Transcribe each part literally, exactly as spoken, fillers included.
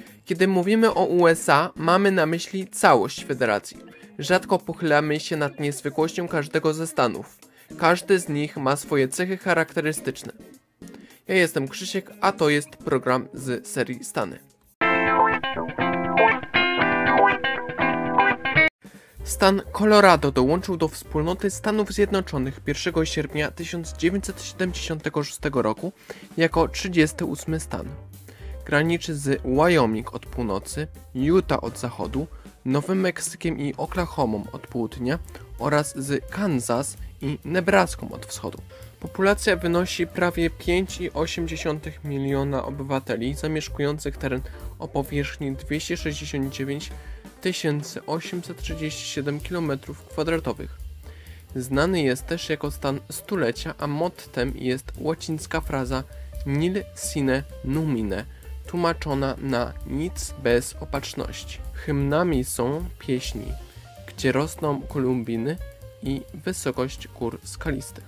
Kiedy mówimy o U S A, mamy na myśli całość federacji. Rzadko pochylamy się nad niezwykłością każdego ze stanów. Każdy z nich ma swoje cechy charakterystyczne. Ja jestem Krzysiek, a to jest program z serii Stany. Stan Colorado dołączył do wspólnoty Stanów Zjednoczonych pierwszego sierpnia tysiąc dziewięćset siedemdziesiątego szóstego roku jako trzydziesty ósmy stan. Graniczy z Wyoming od północy, Utah od zachodu, Nowym Meksykiem i Oklahomą od południa oraz z Kansas i Nebraską od wschodu. Populacja wynosi prawie pięć przecinek osiem miliona obywateli zamieszkujących teren o powierzchni dwieście sześćdziesiąt dziewięć tysięcy osiemset trzydzieści siedem kilometrów kwadratowych. Znany jest też jako stan stulecia, a mottem jest łacińska fraza nil sine numine, tłumaczona na nic bez opatrzności. Hymnami są pieśni Gdzie rosną kolumbiny i Wysokość gór skalistych.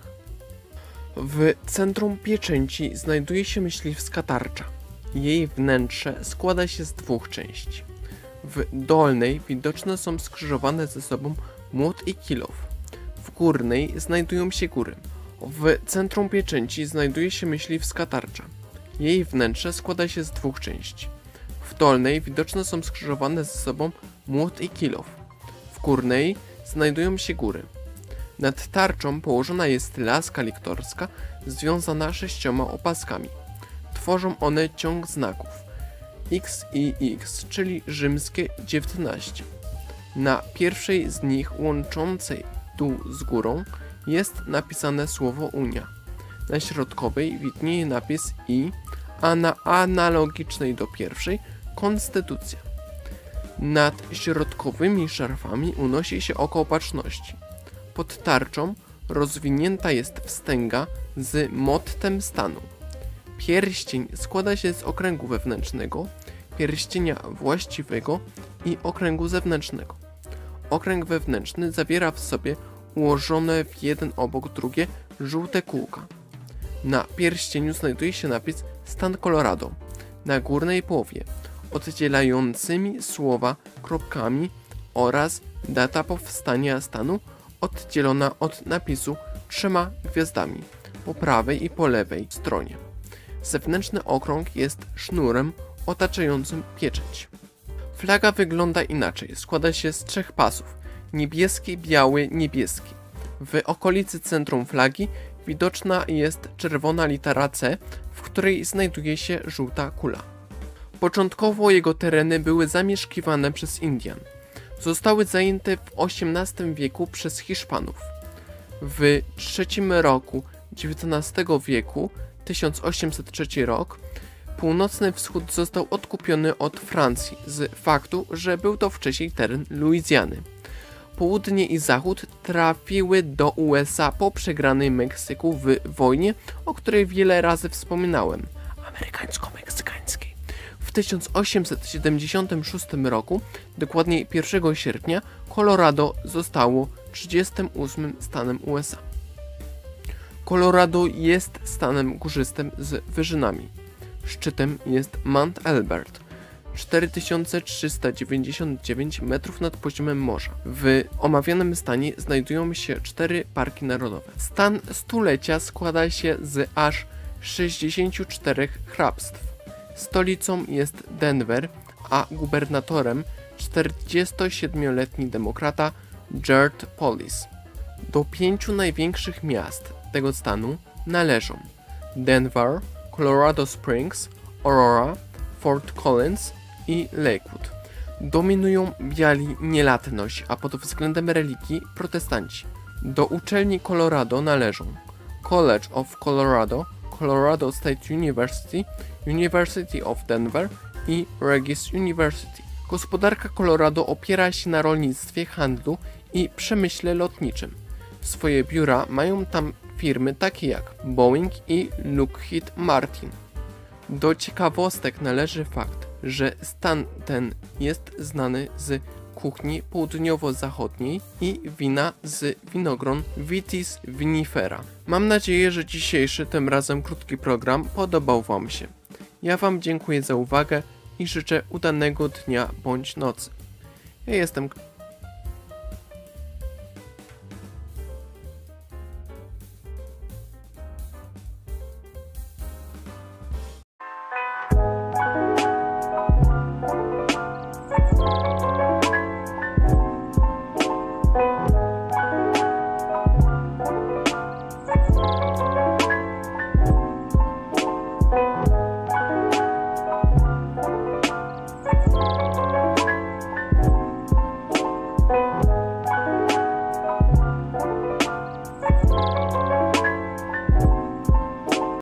W centrum pieczęci znajduje się myśliwska tarcza. Jej wnętrze składa się z dwóch części. W dolnej widoczne są skrzyżowane ze sobą młot i kilof. W górnej znajdują się góry. W centrum pieczęci znajduje się myśliwska tarcza. Jej wnętrze składa się z dwóch części. W dolnej widoczne są skrzyżowane ze sobą młot i kilof. W górnej znajdują się góry. Nad tarczą położona jest laska liktorska związana sześcioma opaskami. Tworzą one ciąg znaków X i X, czyli rzymskie dziewiętnaście. Na pierwszej z nich, łączącej dół z górą, jest napisane słowo Unia. Na środkowej widnieje napis I, a na analogicznej do pierwszej Konstytucja. Nad środkowymi szarfami unosi się oko opatrzności. Pod tarczą rozwinięta jest wstęga z mottem stanu. Pierścień składa się z okręgu wewnętrznego, pierścienia właściwego i okręgu zewnętrznego. Okręg wewnętrzny zawiera w sobie ułożone w jeden obok drugie żółte kółka. Na pierścieniu znajduje się napis Stan Colorado na górnej połowie, oddzielającymi słowa kropkami oraz data powstania stanu oddzielona od napisu trzema gwiazdami po prawej i po lewej stronie. Zewnętrzny okrąg jest sznurem otaczającym pieczęć. Flaga wygląda inaczej. Składa się z trzech pasów. Niebieski, biały, niebieski. W okolicy centrum flagi widoczna jest czerwona litera C, w której znajduje się żółta kula. Początkowo jego tereny były zamieszkiwane przez Indian. Zostały zajęte w osiemnastym wieku przez Hiszpanów. W trzecim roku dziewiętnastego wieku, tysiąc osiemset trzeci rok, północny wschód został odkupiony od Francji z faktu, że był to wcześniej teren Luizjany. Południe i zachód trafiły do U S A po przegranej Meksyku w wojnie, o której wiele razy wspominałem, amerykańsko-meksykańskiej. W tysiąc osiemset siedemdziesiątym szóstym roku, dokładniej pierwszego sierpnia, Colorado zostało trzydziestym ósmym stanem U S A. Colorado jest stanem górzystym z wyżynami. Szczytem jest Mount Elbert, cztery tysiące trzysta dziewięćdziesiąt dziewięć metrów nad poziomem morza. W omawianym stanie znajdują się cztery parki narodowe. Stan stulecia składa się z aż sześćdziesięciu czterech hrabstw. Stolicą jest Denver, a gubernatorem czterdziestosiedmioletni demokrata Jared Polis. Do pięciu największych miast tego stanu należą Denver, Colorado Springs, Aurora, Fort Collins i Lakewood. Dominują biali nielatność, a pod względem religii protestanci. Do uczelni Colorado należą College of Colorado, Colorado State University, University of Denver i Regis University. Gospodarka Colorado opiera się na rolnictwie, handlu i przemyśle lotniczym. Swoje biura mają tam firmy takie jak Boeing i Lockheed Martin. Do ciekawostek należy fakt, że stan ten jest znany z kuchni południowo-zachodniej i wina z winogron Vitis vinifera. Mam nadzieję, że dzisiejszy, tym razem krótki program podobał Wam się. Ja Wam dziękuję za uwagę i życzę udanego dnia bądź nocy. Ja jestem